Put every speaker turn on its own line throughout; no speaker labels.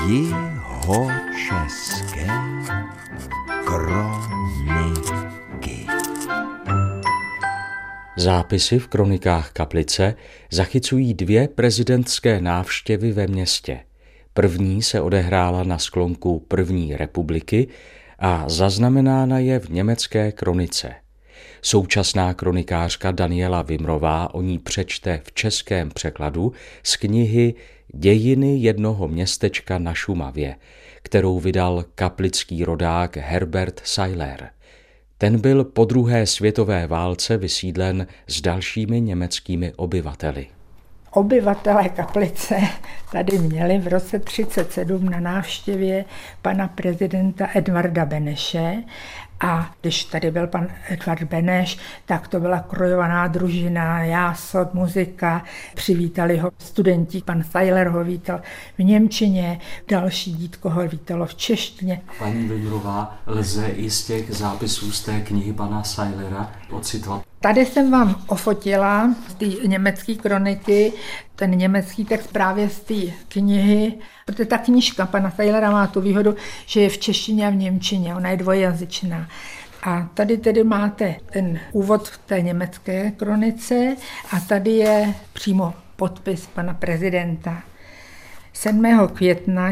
Jihočeské kroniky.
Zápisy v kronikách Kaplice zachycují 2 prezidentské návštěvy ve městě. První se odehrála na sklonku první republiky a zaznamenána je v německé kronice. Současná kronikářka Daniela Vimrová o ní přečte v českém překladu z knihy Dějiny jednoho městečka na Šumavě, kterou vydal kaplický rodák Herbert Seiler. Ten byl po druhé světové válce vysídlen s dalšími německými obyvateli.
Obyvatelé Kaplice tady měli v roce 1937 na návštěvě pana prezidenta Edvarda Beneše. A když tady byl pan Edvard Beneš, tak to byla krojovaná družina, jásot, muzika. Přivítali ho studenti, pan Seiler ho vítal v němčině, další dítko ho vítalo v češtině.
Paní Vimrová, lze i z těch zápisů z té knihy pana Seilera ocitovat?
Tady jsem vám ofotila z té německé kroniky ten německý text právě z té knihy, protože ta knížka pana Seilera má tu výhodu, že je v češtině a v němčině, ona je dvojjazyčná. A tady tedy máte ten úvod v té německé kronice a tady je přímo podpis pana prezidenta. 7. května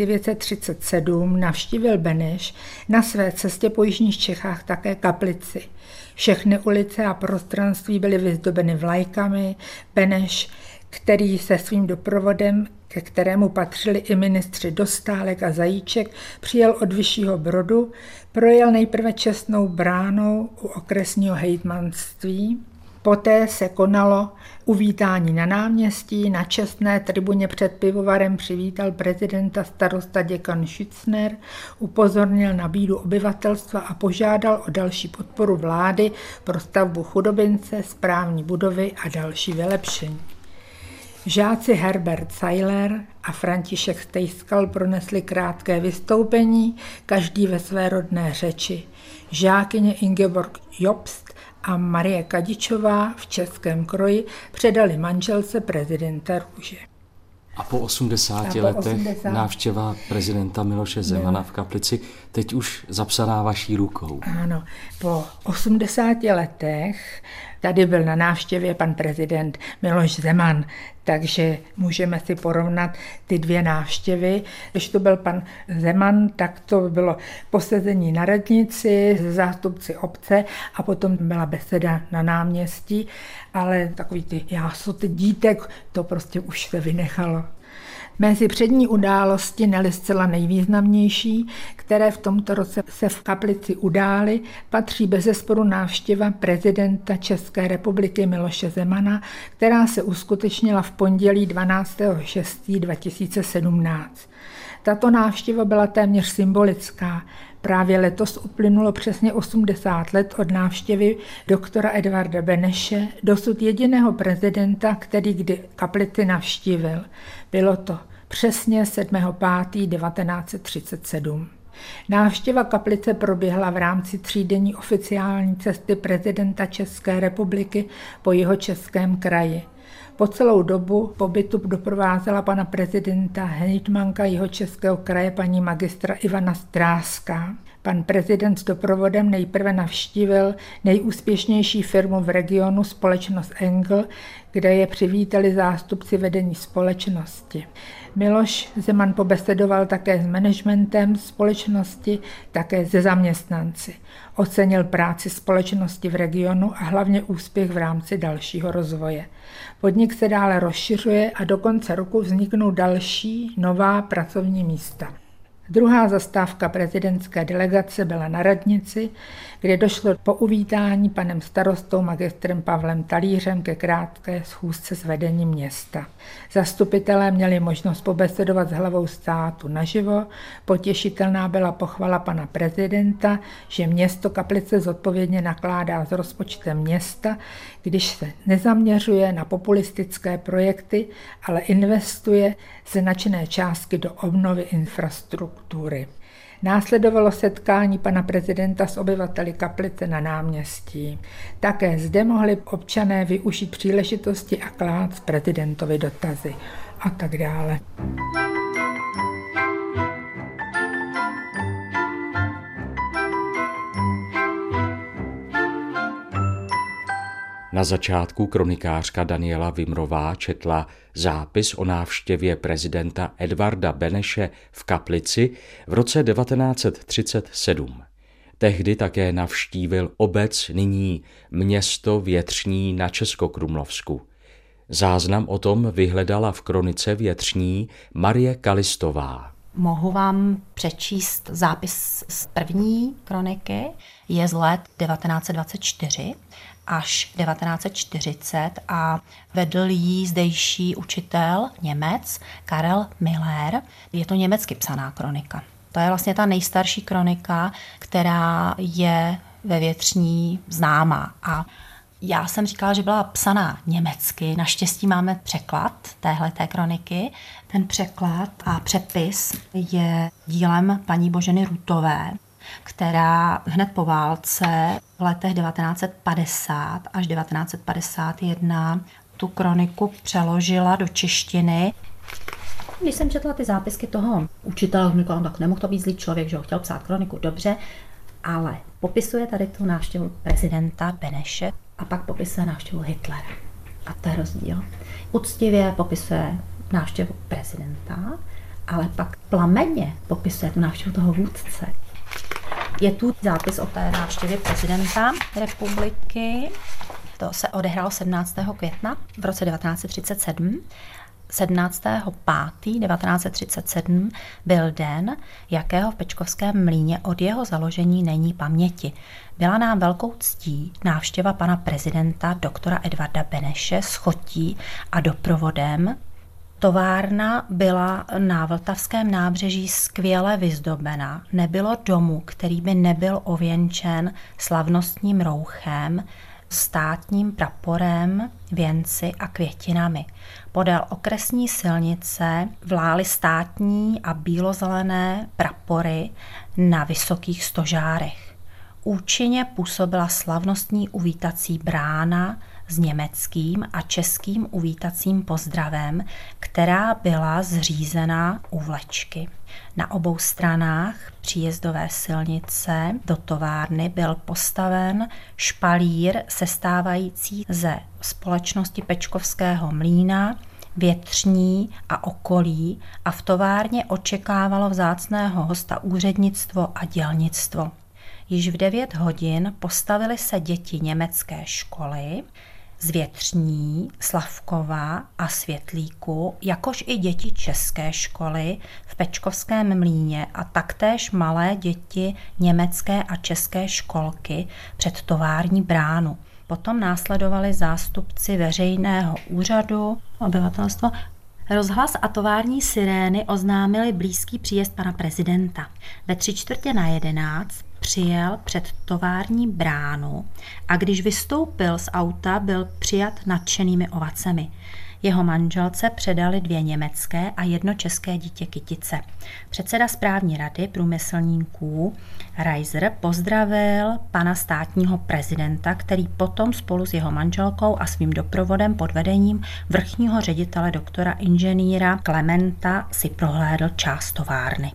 1937 navštívil Beneš na své cestě po jižních Čechách také Kaplici. Všechny ulice a prostranství byly vyzdobeny vlajkami. Beneš, který se svým doprovodem, ke kterému patřili i ministři Dostálek a Zajíček, přijel od Vyššího Brodu, projel nejprve Čestnou bránou u okresního hejtmanství. Poté se konalo uvítání na náměstí, na čestné tribuně před pivovarem přivítal prezidenta starosta děkan Schützner, upozornil na bídu obyvatelstva a požádal o další podporu vlády pro stavbu chudobince, správní budovy a další vylepšení. Žáci Herbert Seiler a František Stejskal pronesli krátké vystoupení, každý ve své rodné řeči. Žákyně Ingeborg Jobst a Marie Kadičová v českém kroji předali manželce prezidenta růže.
A po 80 letech návštěva prezidenta Miloše Zemana v Kaplici, teď už zapsaná vaší rukou.
Ano, po 80 letech tady byl na návštěvě pan prezident Miloš Zeman, takže můžeme si porovnat ty 2 návštěvy. Když to byl pan Zeman, tak to bylo posezení na radnici se zástupci obce a potom byla beseda na náměstí, ale takový ty jásoty dítek, to prostě už se vynechalo. Mezi přední události, ne-li zcela nejvýznamnější, které v tomto roce se v Kaplici udály, patří bezesporu návštěva prezidenta České republiky Miloše Zemana, která se uskutečnila v pondělí 12.6.2017. Tato návštěva byla téměř symbolická. Právě letos uplynulo přesně 80 let od návštěvy doktora Edvarda Beneše, dosud jediného prezidenta, který kdy Kaplici navštívil. Bylo to přesně 7.5.1937. Návštěva Kaplice proběhla v rámci 3denní oficiální cesty prezidenta České republiky po Jihočeském kraji. Po celou dobu pobytu doprovázela pana prezidenta hejtmanka Jihočeského kraje paní magistra Ivana Stráska. Pan prezident s doprovodem nejprve navštívil nejúspěšnější firmu v regionu, společnost Engel, kde je přivítali zástupci vedení společnosti. Miloš Zeman pobesedoval také s managementem společnosti, také se zaměstnanci. Ocenil práci společnosti v regionu a hlavně úspěch v rámci dalšího rozvoje. Podnik se dále rozšiřuje a do konce roku vzniknou další nová pracovní místa. Druhá zastávka prezidentské delegace byla na radnici, kde došlo po uvítání panem starostou magistrem Pavlem Talířem ke krátké schůzce s vedením města. Zastupitelé měli možnost pobesedovat s hlavou státu naživo, potěšitelná byla pochvala pana prezidenta, že město Kaplice zodpovědně nakládá s rozpočtem města, když se nezaměřuje na populistické projekty, ale investuje značné částky do obnovy infrastruktury. Následovalo setkání pana prezidenta s obyvateli Kaplice na náměstí. Také zde mohli občané využít příležitosti a klást prezidentovi dotazy a tak dále.
Na začátku kronikářka Daniela Vimrová četla zápis o návštěvě prezidenta Edvarda Beneše v Kaplici v roce 1937. Tehdy také navštívil obec, nyní město Větřní na Českokrumlovsku. Záznam o tom vyhledala v kronice Větřní Marie Kalistová.
Mohu vám přečíst zápis z první kroniky, je z let 1924 až 1940 a vedl jí zdejší učitel Němec Karel Miller. Je to německy psaná kronika. To je vlastně ta nejstarší kronika, která je ve Větřní známá. A já jsem říkala, že byla psaná německy. Naštěstí máme překlad téhleté kroniky. Ten překlad a přepis je dílem paní Boženy Rutové, která hned po válce v letech 1950 až 1951 tu kroniku přeložila do češtiny. Když jsem četla ty zápisky toho učitele, jsem říkala, tak nemohl to být zlý člověk, že ho chtěl psát kroniku, dobře, ale popisuje tady tu návštěvu prezidenta Beneše a pak popisuje návštěvu Hitlera. A to je rozdíl. Uctivě popisuje návštěvu prezidenta, ale pak plamenně popisuje tu návštěvu toho vůdce. Je tu zápis o té návštěvě prezidenta republiky. To se odehrálo 17. května v roce 1937. 17.5.1937 byl den, jakého v Pečkovském Mlýně od jeho založení není paměti. Byla nám velkou ctí návštěva pana prezidenta doktora Edvarda Beneše s chotí a doprovodem. Továrna byla na Vltavském nábřeží skvěle vyzdobena. Nebylo domu, který by nebyl ověnčen slavnostním rouchem, státním praporem, věnci a květinami. Podél okresní silnice vlály státní a bílozelené prapory na vysokých stožárech. Účinně působila slavnostní uvítací brána s německým a českým uvítacím pozdravem, která byla zřízena u vlečky. Na obou stranách příjezdové silnice do továrny byl postaven špalír sestávající ze společnosti Pečkovského Mlýna, Větřní a okolí a v továrně očekávalo vzácného hosta úřednictvo a dělnictvo. Již v 9 hodin postavily se děti německé školy z Větřní, Slavkova a Světlíku, jakož i děti české školy v Pečkovském Mlýně a taktéž malé děti německé a české školky před tovární bránu. Potom následovali zástupci veřejného úřadu, obyvatelstvo. Rozhlas a tovární sirény oznámili blízký příjezd pana prezidenta. Ve 11:45 přijel před tovární bránu a když vystoupil z auta, byl přijat nadšenými ovacemi. Jeho manželce předali 2 německé a 1 české dítě kytice. Předseda správní rady průmyslníků Reiser pozdravil pana státního prezidenta, který potom spolu s jeho manželkou a svým doprovodem pod vedením vrchního ředitele doktora inženýra Klementa si prohlédl část továrny.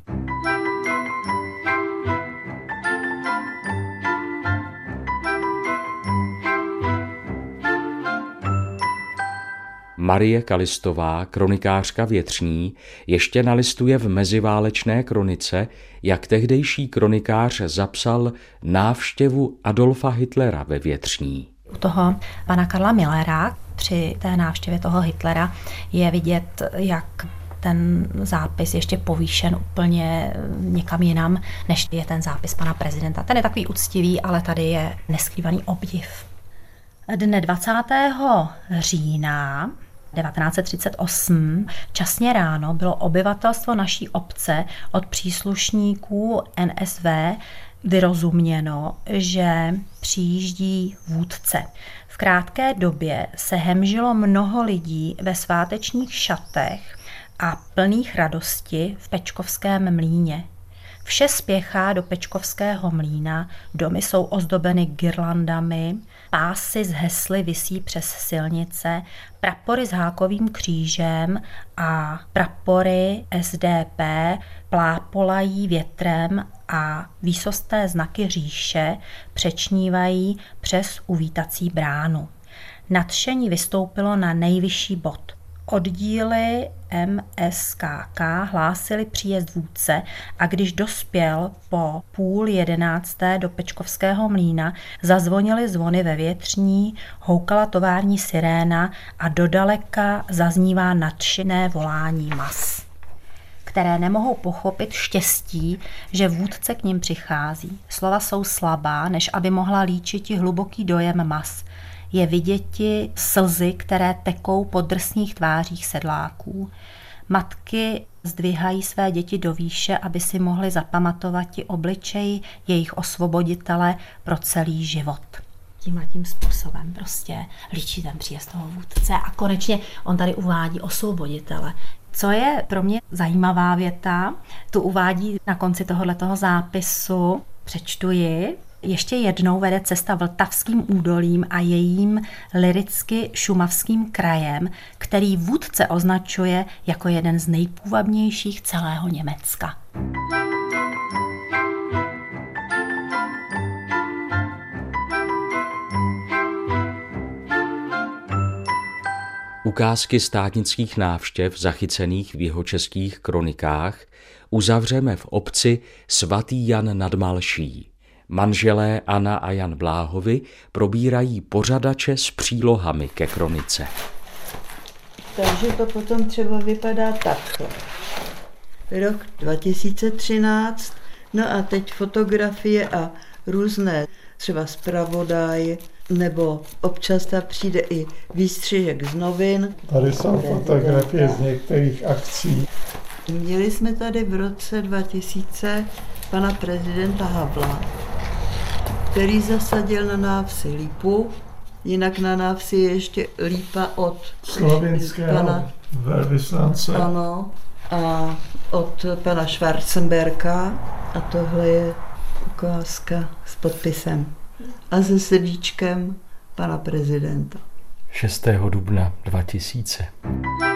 Marie Kalistová, kronikářka Větřní, ještě nalistuje v meziválečné kronice, jak tehdejší kronikář zapsal návštěvu Adolfa Hitlera ve Větřní.
U toho pana Karla Millera při té návštěvě toho Hitlera je vidět, jak ten zápis ještě povýšen úplně někam jinam, než je ten zápis pana prezidenta. Ten je takový uctivý, ale tady je neskrývaný obdiv. Dne 20. října 1938 časně ráno bylo obyvatelstvo naší obce od příslušníků NSV vyrozuměno, že přijíždí vůdce. V krátké době se hemžilo mnoho lidí ve svátečních šatech a plných radosti v Pečkovském Mlýně. Vše spěchá do Pečkovského Mlýna, domy jsou ozdobeny girlandami, pásy z hesly visí přes silnice, prapory s hákovým křížem a prapory SDP plápolají větrem a výsostné znaky říše přečnívají přes uvítací bránu. Nadšení vystoupilo na nejvyšší bod. Oddíly MSKK hlásili příjezd vůdce a když dospěl po 10:30 do Pečkovského mlýna, zazvonily zvony ve větřní, houkala tovární siréna a dodaleka zaznívá nadšené volání mas, které nemohou pochopit štěstí, že vůdce k nim přichází. Slova jsou slabá, než aby mohla líčiti hluboký dojem mas. Je viděti slzy, které tekou po drsných tvářích sedláků. Matky zdvihají své děti do výše, aby si mohly zapamatovat i obličej jejich osvoboditele pro celý život. Tím způsobem prostě líčí ten příjezd toho vůdce a konečně on tady uvádí osvoboditele. Co je pro mě zajímavá věta, tu uvádí na konci tohoto zápisu, přečtu ji. Ještě jednou vede cesta Vltavským údolím a jejím lyricky šumavským krajem, který vůdce označuje jako jeden z nejpůvabnějších celého Německa.
Ukázky státnických návštěv zachycených v jihočeských kronikách uzavřeme v obci Svatý Jan nad Malší. Manželé Anna a Jan Bláhovi probírají pořadače s přílohami ke kronice.
Takže to potom třeba vypadá takhle. Rok 2013, no a teď fotografie a různé, třeba zpravodaj, nebo občas tam přijde i výstřižek z novin.
Tady jsou fotografie z některých akcí.
Měli jsme tady v roce 2000 pana prezidenta Havla, který zasadil na návsi lípu, jinak na návsi je ještě lípa od
slovinského velvyslance.
Ano, a od pana Schwarzenberga a tohle je ukázka s podpisem a se srdíčkem pana prezidenta.
6. dubna 2000.